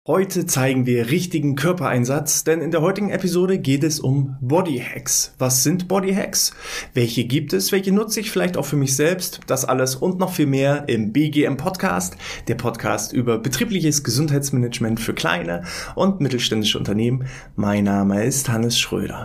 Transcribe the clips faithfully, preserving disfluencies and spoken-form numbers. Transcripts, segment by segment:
Heute zeigen wir richtigen Körpereinsatz, denn in der heutigen Episode geht es um Bodyhacks. Was sind Bodyhacks? Welche gibt es? Welche nutze ich vielleicht auch für mich selbst? Das alles und noch viel mehr im B G M Podcast, der Podcast über betriebliches Gesundheitsmanagement für kleine und mittelständische Unternehmen. Mein Name ist Hannes Schröder.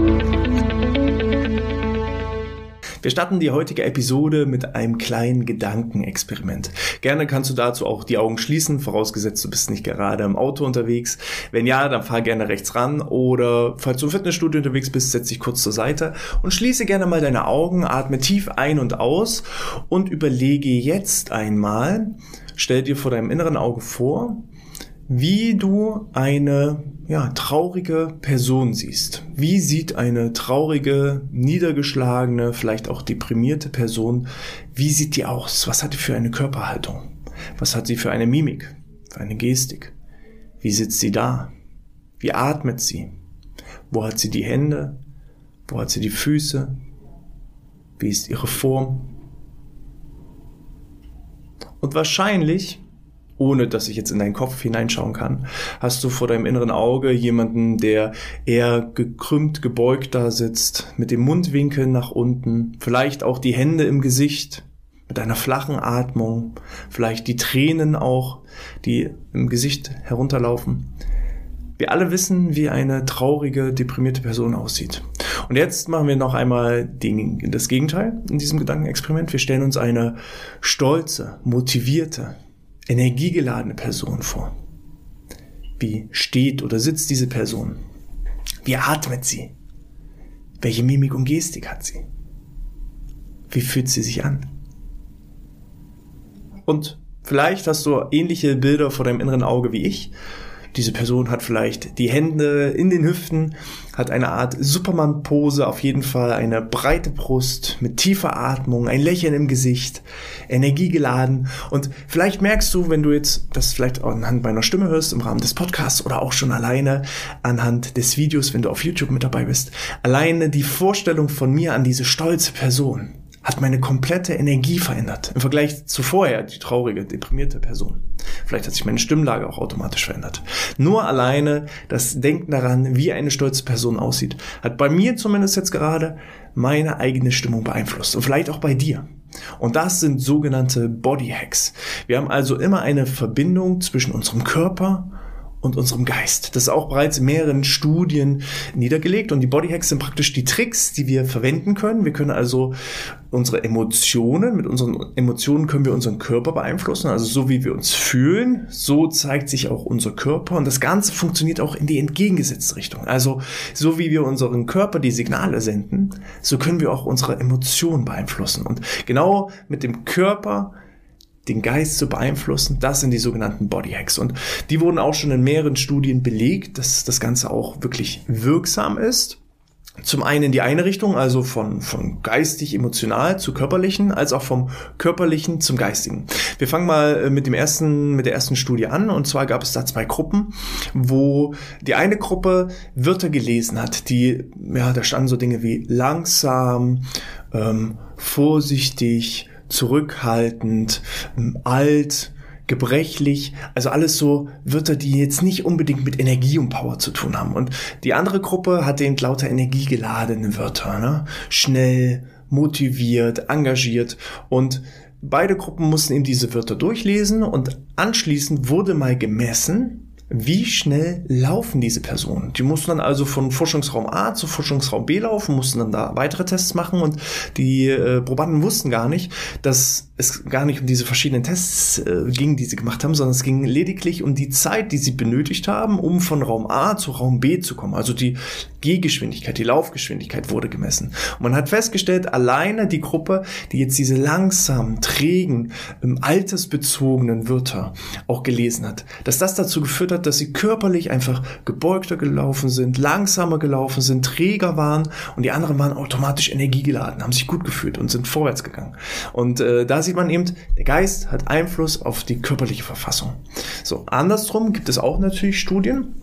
Wir starten die heutige Episode mit einem kleinen Gedankenexperiment. Gerne kannst du dazu auch die Augen schließen, vorausgesetzt du bist nicht gerade im Auto unterwegs. Wenn ja, dann fahr gerne rechts ran oder falls du im Fitnessstudio unterwegs bist, setz dich kurz zur Seite und schließe gerne mal deine Augen, atme tief ein und aus und überlege jetzt einmal, stell dir vor deinem inneren Auge vor, wie du eine ja, traurige Person siehst. Wie sieht eine traurige, niedergeschlagene, vielleicht auch deprimierte Person, wie sieht die aus? Was hat die für eine Körperhaltung? Was hat sie für eine Mimik, für eine Gestik? Wie sitzt sie da? Wie atmet sie? Wo hat sie die Hände? Wo hat sie die Füße? Wie ist ihre Form? Und wahrscheinlich, ohne dass ich jetzt in deinen Kopf hineinschauen kann, hast du vor deinem inneren Auge jemanden, der eher gekrümmt, gebeugt da sitzt, mit dem Mundwinkel nach unten, vielleicht auch die Hände im Gesicht, mit einer flachen Atmung, vielleicht die Tränen auch, die im Gesicht herunterlaufen. Wir alle wissen, wie eine traurige, deprimierte Person aussieht. Und jetzt machen wir noch einmal den, das Gegenteil in diesem Gedankenexperiment. Wir stellen uns eine stolze, motivierte, energiegeladene Person vor. Wie steht oder sitzt diese Person? Wie atmet sie? Welche Mimik und Gestik hat sie? Wie fühlt sie sich an? Und vielleicht hast du ähnliche Bilder vor deinem inneren Auge wie ich. Diese Person hat vielleicht die Hände in den Hüften, hat eine Art Superman-Pose, auf jeden Fall eine breite Brust mit tiefer Atmung, ein Lächeln im Gesicht, energiegeladen. Und vielleicht merkst du, wenn du jetzt das vielleicht auch anhand meiner Stimme hörst, im Rahmen des Podcasts oder auch schon alleine anhand des Videos, wenn du auf YouTube mit dabei bist, alleine die Vorstellung von mir an diese stolze Person hat meine komplette Energie verändert. Im Vergleich zu vorher, die traurige, deprimierte Person. Vielleicht hat sich meine Stimmlage auch automatisch verändert. Nur alleine das Denken daran, wie eine stolze Person aussieht, hat bei mir zumindest jetzt gerade meine eigene Stimmung beeinflusst. Und vielleicht auch bei dir. Und das sind sogenannte Bodyhacks. Wir haben also immer eine Verbindung zwischen unserem Körper und unserem Geist. Das ist auch bereits in mehreren Studien niedergelegt und die Bodyhacks sind praktisch die Tricks, die wir verwenden können. Wir können also unsere Emotionen, mit unseren Emotionen können wir unseren Körper beeinflussen, also so wie wir uns fühlen, so zeigt sich auch unser Körper und das Ganze funktioniert auch in die entgegengesetzte Richtung. Also so wie wir unseren Körper die Signale senden, so können wir auch unsere Emotionen beeinflussen und genau mit dem Körper den Geist zu beeinflussen, das sind die sogenannten Bodyhacks. Und die wurden auch schon in mehreren Studien belegt, dass das Ganze auch wirklich wirksam ist. Zum einen in die eine Richtung, also von, von geistig, emotional zu körperlichen, als auch vom körperlichen zum geistigen. Wir fangen mal mit dem ersten, mit der ersten Studie an. Und zwar gab es da zwei Gruppen, wo die eine Gruppe Wörter gelesen hat, die, ja, da standen so Dinge wie langsam, ähm, vorsichtig, zurückhaltend, alt, gebrechlich, also alles so Wörter, die jetzt nicht unbedingt mit Energie und Power zu tun haben. Und die andere Gruppe hatte eben lauter energiegeladene Wörter, ne? Schnell, motiviert, engagiert und beide Gruppen mussten eben diese Wörter durchlesen und anschließend wurde mal gemessen, wie schnell laufen diese Personen. Die mussten dann also von Forschungsraum A zu Forschungsraum B laufen, mussten dann da weitere Tests machen und die äh, Probanden wussten gar nicht, dass es gar nicht um diese verschiedenen Tests äh, ging, die sie gemacht haben, sondern es ging lediglich um die Zeit, die sie benötigt haben, um von Raum A zu Raum B zu kommen. Also die Gehgeschwindigkeit, die Laufgeschwindigkeit wurde gemessen. Und man hat festgestellt, alleine die Gruppe, die jetzt diese langsamen, trägen, ähm, altersbezogenen Wörter auch gelesen hat, dass das dazu geführt hat, dass sie körperlich einfach gebeugter gelaufen sind, langsamer gelaufen sind, träger waren und die anderen waren automatisch energiegeladen, haben sich gut gefühlt und sind vorwärts gegangen. Und äh, da sieht man eben, der Geist hat Einfluss auf die körperliche Verfassung. So, andersrum gibt es auch natürlich Studien,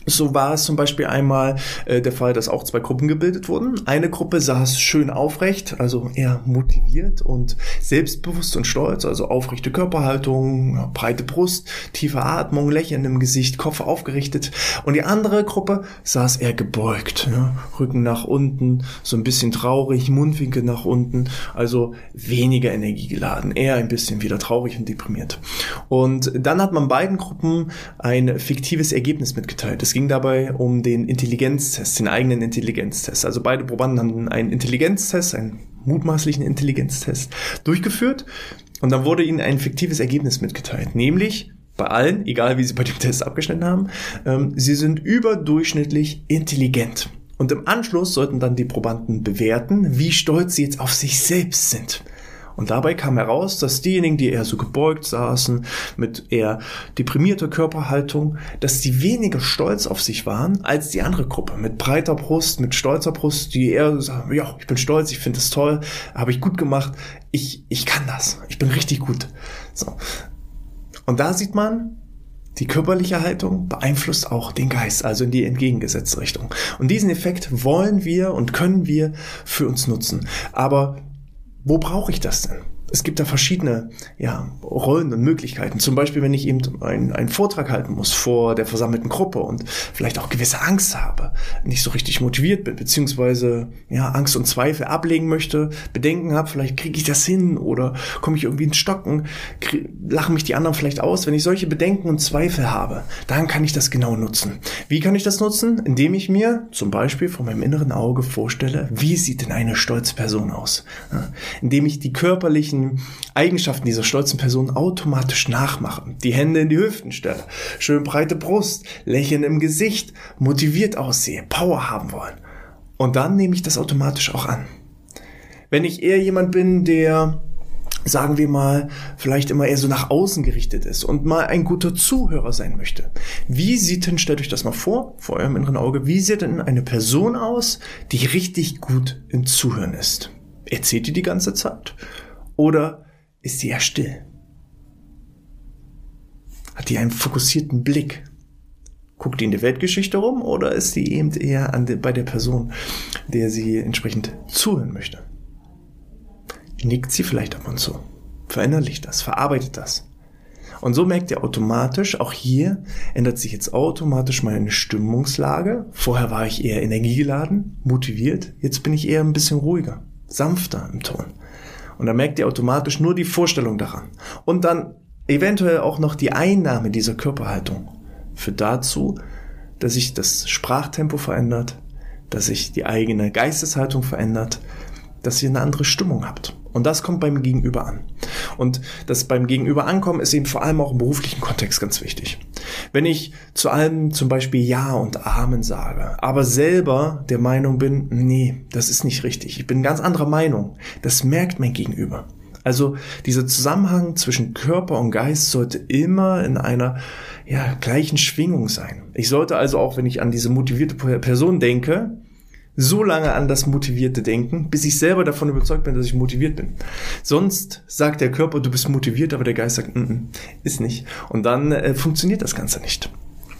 So war es zum Beispiel einmal äh, der Fall, dass auch zwei Gruppen gebildet wurden. Eine Gruppe saß schön aufrecht, also eher motiviert und selbstbewusst und stolz, also aufrechte Körperhaltung, breite Brust, tiefe Atmung, Lächeln im Gesicht, Kopf aufgerichtet. Und die andere Gruppe saß eher gebeugt, ja, Rücken nach unten, so ein bisschen traurig, Mundwinkel nach unten, also weniger energiegeladen, eher ein bisschen wieder traurig und deprimiert. Und dann hat man beiden Gruppen ein fiktives Ergebnis mitgeteilt. Es ging dabei um den Intelligenztest, den eigenen Intelligenztest. Also beide Probanden haben einen Intelligenztest, einen mutmaßlichen Intelligenztest durchgeführt und dann wurde ihnen ein fiktives Ergebnis mitgeteilt, nämlich bei allen, egal wie sie bei dem Test abgeschnitten haben, ähm, sie sind überdurchschnittlich intelligent. Und im Anschluss sollten dann die Probanden bewerten, wie stolz sie jetzt auf sich selbst sind. Und dabei kam heraus, dass diejenigen, die eher so gebeugt saßen, mit eher deprimierter Körperhaltung, dass die weniger stolz auf sich waren als die andere Gruppe. Mit breiter Brust, mit stolzer Brust, die eher sagen, ja, ich bin stolz, ich finde es toll, habe ich gut gemacht, ich, ich kann das, ich bin richtig gut. So. Und da sieht man, die körperliche Haltung beeinflusst auch den Geist, also in die entgegengesetzte Richtung. Und diesen Effekt wollen wir und können wir für uns nutzen. Aber wo brauche ich das denn? Es gibt da verschiedene ja, Rollen und Möglichkeiten. Zum Beispiel, wenn ich eben einen, einen Vortrag halten muss vor der versammelten Gruppe und vielleicht auch gewisse Angst habe, nicht so richtig motiviert bin, beziehungsweise ja, Angst und Zweifel ablegen möchte, Bedenken habe, vielleicht kriege ich das hin oder komme ich irgendwie ins Stocken, krieg, lachen mich die anderen vielleicht aus. Wenn ich solche Bedenken und Zweifel habe, dann kann ich das genau nutzen. Wie kann ich das nutzen? Indem ich mir zum Beispiel vor meinem inneren Auge vorstelle, wie sieht denn eine stolze Person aus? Ja, indem ich die körperlichen Eigenschaften dieser stolzen Person automatisch nachmache. Die Hände in die Hüften stelle, schön breite Brust, Lächeln im Gesicht, motiviert aussehe, Power haben wollen. Und dann nehme ich das automatisch auch an. Wenn ich eher jemand bin, der, sagen wir mal, vielleicht immer eher so nach außen gerichtet ist und mal ein guter Zuhörer sein möchte. Wie sieht denn, stellt euch das mal vor, vor eurem inneren Auge, wie sieht denn eine Person aus, die richtig gut im Zuhören ist? Erzählt die die ganze Zeit? Oder ist sie eher still? Hat die einen fokussierten Blick? Guckt die in der Weltgeschichte rum oder ist sie eben eher an de, bei der Person, der sie entsprechend zuhören möchte? Nickt sie vielleicht ab und zu? Verinnerlicht das, verarbeitet das. Und so merkt ihr automatisch, auch hier ändert sich jetzt automatisch meine Stimmungslage. Vorher war ich eher energiegeladen, motiviert, jetzt bin ich eher ein bisschen ruhiger, sanfter im Ton. Und dann merkt ihr automatisch nur die Vorstellung daran. Und dann eventuell auch noch die Einnahme dieser Körperhaltung führt dazu, dass sich das Sprachtempo verändert, dass sich die eigene Geisteshaltung verändert, dass ihr eine andere Stimmung habt. Und das kommt beim Gegenüber an. Und das beim Gegenüber ankommen ist eben vor allem auch im beruflichen Kontext ganz wichtig. Wenn ich zu allem zum Beispiel Ja und Amen sage, aber selber der Meinung bin, nee, das ist nicht richtig, ich bin ganz anderer Meinung, das merkt mein Gegenüber. Also dieser Zusammenhang zwischen Körper und Geist sollte immer in einer ja, gleichen Schwingung sein. Ich sollte also auch, wenn ich an diese motivierte Person denke, so lange an das motivierte Denken, bis ich selber davon überzeugt bin, dass ich motiviert bin. Sonst sagt der Körper, du bist motiviert, aber der Geist sagt, n-n, ist nicht. Und dann äh, funktioniert das Ganze nicht.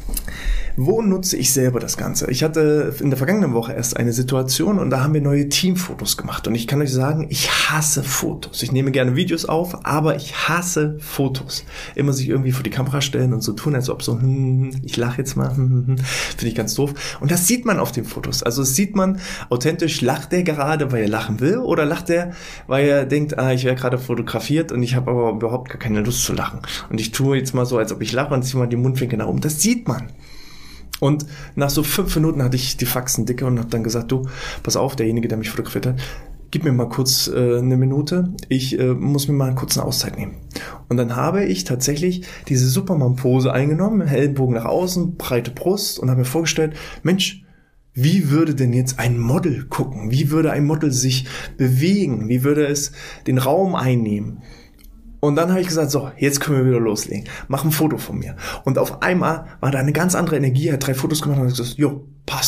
Wo nutze ich selber das Ganze? Ich hatte in der vergangenen Woche erst eine Situation und da haben wir neue Teamfotos gemacht. Und ich kann euch sagen, ich hasse Fotos. Ich nehme gerne Videos auf, aber ich hasse Fotos. Immer sich irgendwie vor die Kamera stellen und so tun, als ob so, hm, ich lache jetzt mal, hm, hm, finde ich ganz doof. Und das sieht man auf den Fotos. Also das sieht man authentisch, lacht der gerade, weil er lachen will, oder lacht er, weil er denkt, ah, ich werde gerade fotografiert und ich habe aber überhaupt gar keine Lust zu lachen. Und ich tue jetzt mal so, als ob ich lache und ziehe mal die Mundwinkel nach oben. Das sieht man. Und nach so fünf Minuten hatte ich die Faxen dicke und habe dann gesagt, du, pass auf, derjenige, der mich fotografiert hat, gib mir mal kurz äh, eine Minute, ich äh, muss mir mal kurz eine Auszeit nehmen. Und dann habe ich tatsächlich diese Superman-Pose eingenommen, Ellenbogen nach außen, breite Brust und habe mir vorgestellt, Mensch, wie würde denn jetzt ein Model gucken? Wie würde ein Model sich bewegen? Wie würde es den Raum einnehmen? Und dann habe ich gesagt, so, jetzt können wir wieder loslegen. Mach ein Foto von mir. Und auf einmal war da eine ganz andere Energie. Er hat drei Fotos gemacht und hat gesagt, jo, passt.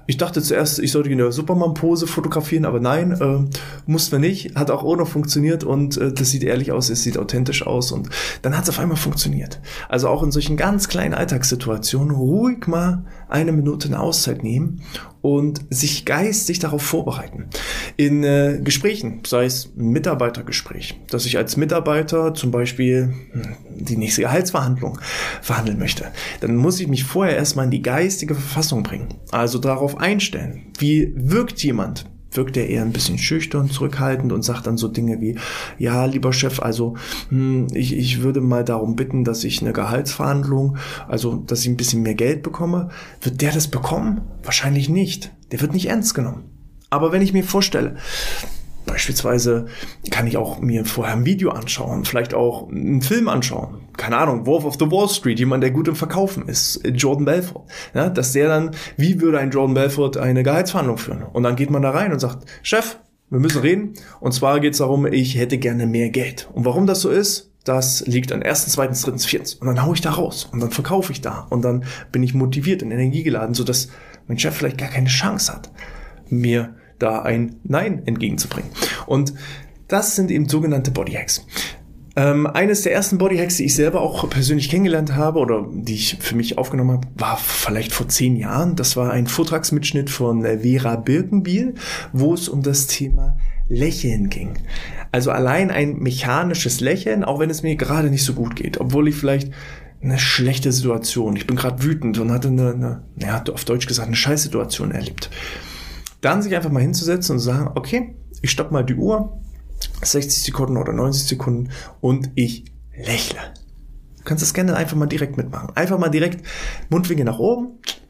Ich dachte zuerst, ich sollte in der Superman-Pose fotografieren, aber nein, äh, mussten wir nicht. Hat auch ohne funktioniert und äh, das sieht ehrlich aus, es sieht authentisch aus und dann hat es auf einmal funktioniert. Also auch in solchen ganz kleinen Alltagssituationen ruhig mal eine Minute eine Auszeit nehmen und sich geistig darauf vorbereiten. In äh, Gesprächen, sei es ein Mitarbeitergespräch, dass ich als Mitarbeiter zum Beispiel die nächste Gehaltsverhandlung verhandeln möchte, dann muss ich mich vorher erstmal in die geistige Verfassung bringen. Also darauf einstellen. Wie wirkt jemand? Wirkt er eher ein bisschen schüchtern, zurückhaltend und sagt dann so Dinge wie, ja, lieber Chef, also hm, ich, ich würde mal darum bitten, dass ich eine Gehaltsverhandlung, also dass ich ein bisschen mehr Geld bekomme. Wird der das bekommen? Wahrscheinlich nicht. Der wird nicht ernst genommen. Aber wenn ich mir vorstelle, beispielsweise kann ich auch mir vorher ein Video anschauen, vielleicht auch einen Film anschauen. Keine Ahnung, Wolf of the Wall Street, jemand, der gut im Verkaufen ist, Jordan Belfort. Ja, dass der dann, wie würde ein Jordan Belfort eine Gehaltsverhandlung führen? Und dann geht man da rein und sagt, Chef, wir müssen reden. Und zwar geht es darum, ich hätte gerne mehr Geld. Und warum das so ist, das liegt an erstens, zweitens, drittens, viertens. Und dann hau ich da raus und dann verkaufe ich da. Und dann bin ich motiviert und energiegeladen, sodass mein Chef vielleicht gar keine Chance hat, mir da ein Nein entgegenzubringen. Und das sind eben sogenannte Bodyhacks. Ähm, eines der ersten Bodyhacks, die ich selber auch persönlich kennengelernt habe oder die ich für mich aufgenommen habe, war vielleicht vor zehn Jahren. Das war ein Vortragsmitschnitt von Vera Birkenbiel, wo es um das Thema Lächeln ging. Also allein ein mechanisches Lächeln, auch wenn es mir gerade nicht so gut geht, obwohl ich vielleicht eine schlechte Situation, ich bin gerade wütend und hatte eine, eine, ja, auf Deutsch gesagt, eine Scheißsituation erlebt. Dann sich einfach mal hinzusetzen und sagen, okay, ich stopp mal die Uhr, sechzig Sekunden oder neunzig Sekunden und ich lächle. Du kannst das gerne einfach mal direkt mitmachen. Einfach mal direkt Mundwinkel nach oben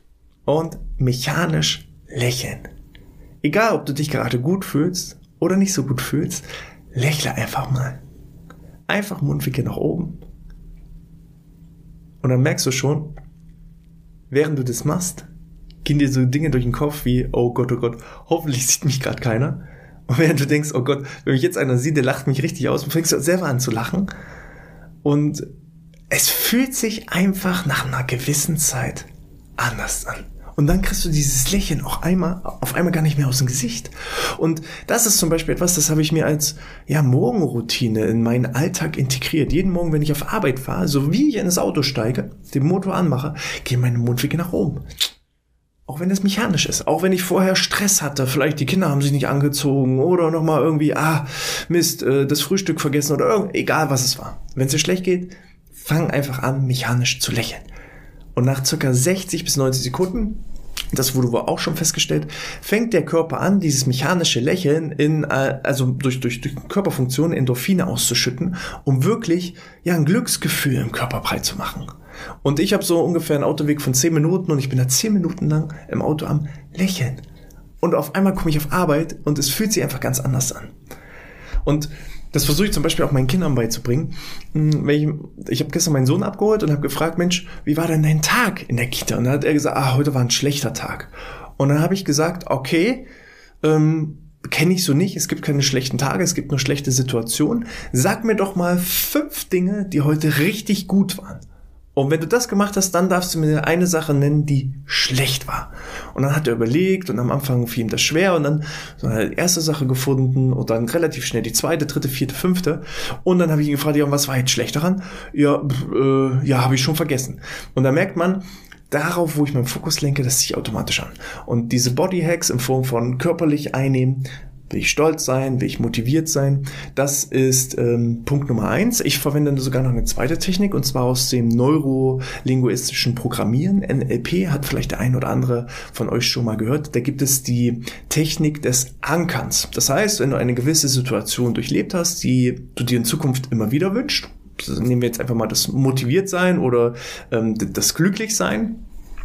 und mechanisch lächeln. Egal, ob du dich gerade gut fühlst oder nicht so gut fühlst, lächle einfach mal. Einfach Mundwinkel nach oben. Und dann merkst du schon, während du das machst, gehen dir so Dinge durch den Kopf wie, oh Gott, oh Gott, hoffentlich sieht mich gerade keiner. Und während du denkst, oh Gott, wenn mich jetzt einer sieht, der lacht mich richtig aus, fängst du selber an zu lachen. Und es fühlt sich einfach nach einer gewissen Zeit anders an. Und dann kriegst du dieses Lächeln auch einmal, auf einmal gar nicht mehr aus dem Gesicht. Und das ist zum Beispiel etwas, das habe ich mir als ja, Morgenroutine in meinen Alltag integriert. Jeden Morgen, wenn ich auf Arbeit fahre, so wie ich in das Auto steige, den Motor anmache, gehen meine Mundwinkel nach oben. Auch wenn es mechanisch ist, auch wenn ich vorher Stress hatte, vielleicht die Kinder haben sich nicht angezogen oder nochmal irgendwie, ah, Mist, äh, das Frühstück vergessen oder irgend, egal was es war. Wenn es dir schlecht geht, fang einfach an, mechanisch zu lächeln. Und nach circa sechzig bis neunzig Sekunden, das wurde wohl auch schon festgestellt, fängt der Körper an, dieses mechanische Lächeln in, also durch, durch, durch Körperfunktionen Endorphine auszuschütten, um wirklich, ja, ein Glücksgefühl im Körper breit zu machen. Und ich habe so ungefähr einen Autoweg von zehn Minuten und ich bin da zehn Minuten lang im Auto am Lächeln. Und auf einmal komme ich auf Arbeit und es fühlt sich einfach ganz anders an. Und das versuche ich zum Beispiel auch meinen Kindern beizubringen. Ich, ich habe gestern meinen Sohn abgeholt und habe gefragt, Mensch, wie war denn dein Tag in der Kita? Und dann hat er gesagt, ah, heute war ein schlechter Tag. Und dann habe ich gesagt, okay, ähm, kenne ich so nicht, es gibt keine schlechten Tage, es gibt nur schlechte Situationen. Sag mir doch mal fünf Dinge, die heute richtig gut waren. Und wenn du das gemacht hast, dann darfst du mir eine Sache nennen, die schlecht war. Und dann hat er überlegt und am Anfang fiel ihm das schwer und dann so eine erste Sache gefunden und dann relativ schnell die zweite, dritte, vierte, fünfte. Und dann habe ich ihn gefragt, ja, was war jetzt schlecht daran? Ja, äh, ja, habe ich schon vergessen. Und da merkt man, darauf, wo ich meinen Fokus lenke, das ziehe ich automatisch an. Und diese Bodyhacks in Form von körperlich einnehmen, will ich stolz sein, will ich motiviert sein, das ist ähm, Punkt Nummer eins. Ich verwende sogar noch eine zweite Technik und zwar aus dem neurolinguistischen Programmieren. N L P hat vielleicht der ein oder andere von euch schon mal gehört. Da gibt es die Technik des Ankerns. Das heißt, wenn du eine gewisse Situation durchlebt hast, die du dir in Zukunft immer wieder wünschst, nehmen wir jetzt einfach mal das Motiviertsein oder ähm, das Glücklichsein.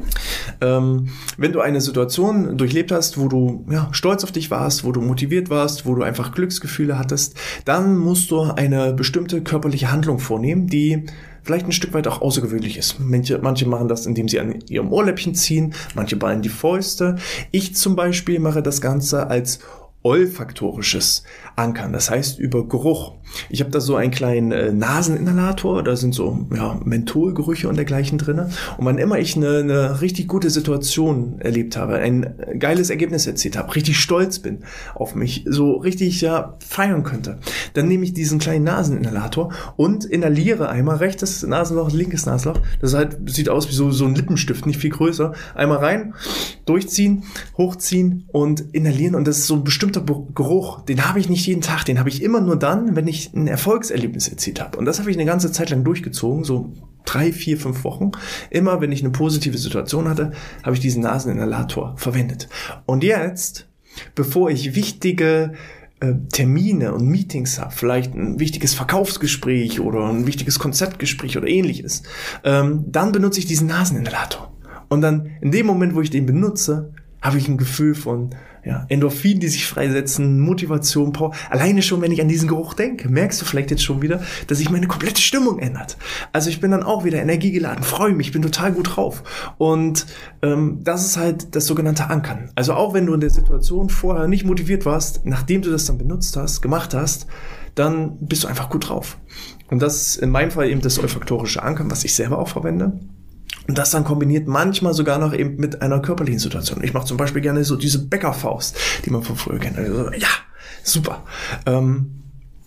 Ähm, wenn du eine Situation durchlebt hast, wo du ja, stolz auf dich warst, wo du motiviert warst, wo du einfach Glücksgefühle hattest, dann musst du eine bestimmte körperliche Handlung vornehmen, die vielleicht ein Stück weit auch außergewöhnlich ist. Manche, manche machen das, indem sie an ihrem Ohrläppchen ziehen, manche ballen die Fäuste. Ich zum Beispiel mache das Ganze als olfaktorisches ankern. Das heißt über Geruch. Ich habe da so einen kleinen äh, Naseninhalator, da sind so ja, Mentholgerüche und dergleichen drin. Und wann immer ich eine, eine richtig gute Situation erlebt habe, ein geiles Ergebnis erzielt habe, richtig stolz bin auf mich, so richtig ja feiern könnte, dann nehme ich diesen kleinen Naseninhalator und inhaliere einmal rechtes Nasenloch, linkes Nasenloch. Das halt, sieht aus wie so, so ein Lippenstift, nicht viel größer. Einmal rein, durchziehen, hochziehen und inhalieren. Und das ist so ein bestimmter Geruch, den habe ich nicht jeden Tag, den habe ich immer nur dann, wenn ich ein Erfolgserlebnis erzielt habe. Und das habe ich eine ganze Zeit lang durchgezogen, so drei, vier, fünf Wochen. Immer, wenn ich eine positive Situation hatte, habe ich diesen Naseninhalator verwendet. Und jetzt, bevor ich wichtige äh, Termine und Meetings habe, vielleicht ein wichtiges Verkaufsgespräch oder ein wichtiges Konzeptgespräch oder ähnliches, ähm, dann benutze ich diesen Naseninhalator. Und dann, in dem Moment, wo ich den benutze, habe ich ein Gefühl von ja, Endorphinen, die sich freisetzen, Motivation, Power. Alleine schon, wenn ich an diesen Geruch denke, merkst du vielleicht jetzt schon wieder, dass sich meine komplette Stimmung ändert. Also ich bin dann auch wieder energiegeladen, freue mich, bin total gut drauf. Und ähm, das ist halt das sogenannte Ankern. Also auch wenn du in der Situation vorher nicht motiviert warst, nachdem du das dann benutzt hast, gemacht hast, dann bist du einfach gut drauf. Und das ist in meinem Fall eben das olfaktorische Ankern, was ich selber auch verwende. Und das dann kombiniert manchmal sogar noch eben mit einer körperlichen Situation. Ich mache zum Beispiel gerne so diese Bäckerfaust, die man von früher kennt. Also, ja, super. Ähm,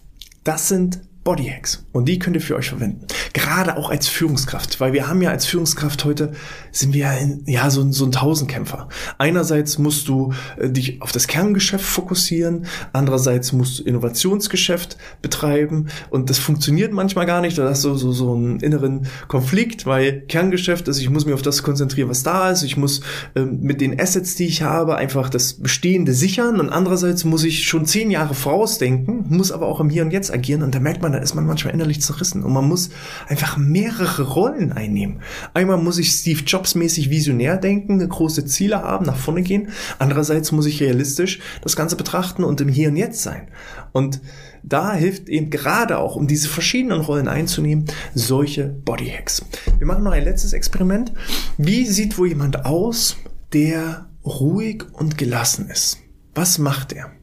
das sind Bodyhacks und die könnt ihr für euch verwenden. Gerade auch als Führungskraft, weil wir haben ja als Führungskraft heute, sind wir ja, in, ja so, so ein Tausendkämpfer. Einerseits musst du äh, dich auf das Kerngeschäft fokussieren, andererseits musst du Innovationsgeschäft betreiben und das funktioniert manchmal gar nicht. Da hast du so, so einen inneren Konflikt, weil Kerngeschäft ist, ich muss mich auf das konzentrieren, was da ist. Ich muss äh, mit den Assets, die ich habe, einfach das Bestehende sichern und andererseits muss ich schon zehn Jahre vorausdenken, muss aber auch im Hier und Jetzt agieren und da merkt man, da ist man manchmal innerlich zerrissen und man muss einfach mehrere Rollen einnehmen. Einmal muss ich Steve Jobs mäßig visionär denken, große Ziele haben, nach vorne gehen. Andererseits muss ich realistisch das Ganze betrachten und im Hier und Jetzt sein. Und da hilft eben gerade auch, um diese verschiedenen Rollen einzunehmen, solche Bodyhacks. Wir machen noch ein letztes Experiment. Wie sieht wohl jemand aus, der ruhig und gelassen ist? Was macht er?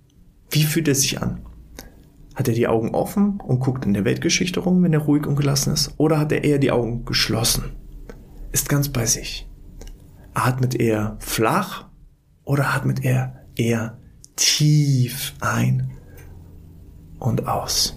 Wie fühlt er sich an? Hat er die Augen offen und guckt in der Weltgeschichte rum, wenn er ruhig und gelassen ist? Oder hat er eher die Augen geschlossen? Ist ganz bei sich. Atmet er flach oder atmet er eher tief ein und aus?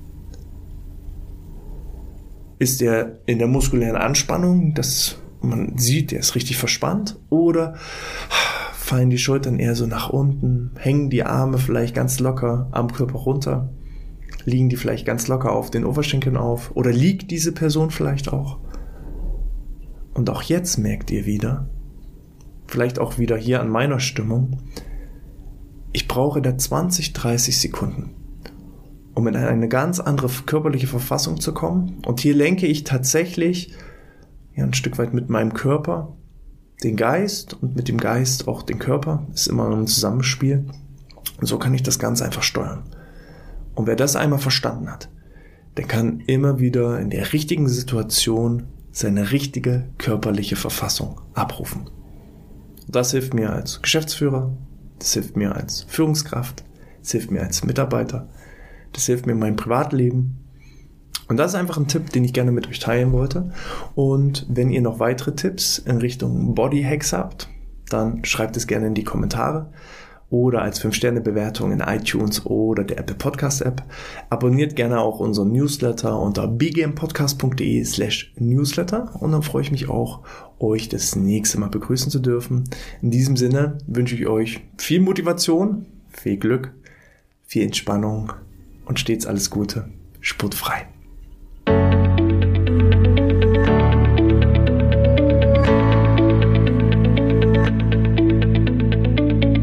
Ist er in der muskulären Anspannung, dass man sieht, er ist richtig verspannt? Oder fallen die Schultern eher so nach unten? Hängen die Arme vielleicht ganz locker am Körper runter? Liegen die vielleicht ganz locker auf den Oberschenkeln auf? Oder liegt diese Person vielleicht auch? Und auch jetzt merkt ihr wieder, vielleicht auch wieder hier an meiner Stimmung, ich brauche da zwanzig, dreißig Sekunden, um in eine ganz andere körperliche Verfassung zu kommen. Und hier lenke ich tatsächlich ja, ein Stück weit mit meinem Körper den Geist und mit dem Geist auch den Körper. Ist immer ein Zusammenspiel. Und so kann ich das Ganze einfach steuern. Und wer das einmal verstanden hat, der kann immer wieder in der richtigen Situation seine richtige körperliche Verfassung abrufen. Das hilft mir als Geschäftsführer, das hilft mir als Führungskraft, das hilft mir als Mitarbeiter, das hilft mir in meinem Privatleben. Und das ist einfach ein Tipp, den ich gerne mit euch teilen wollte. Und wenn ihr noch weitere Tipps in Richtung Bodyhacks habt, dann schreibt es gerne in die Kommentare oder als fünf Sterne Bewertung in iTunes oder der Apple Podcast App. Abonniert gerne auch unseren Newsletter unter b g m podcast punkt d e slash newsletter und dann freue ich mich auch, euch das nächste Mal begrüßen zu dürfen. In diesem Sinne wünsche ich euch viel Motivation, viel Glück, viel Entspannung und stets alles Gute, sportfrei.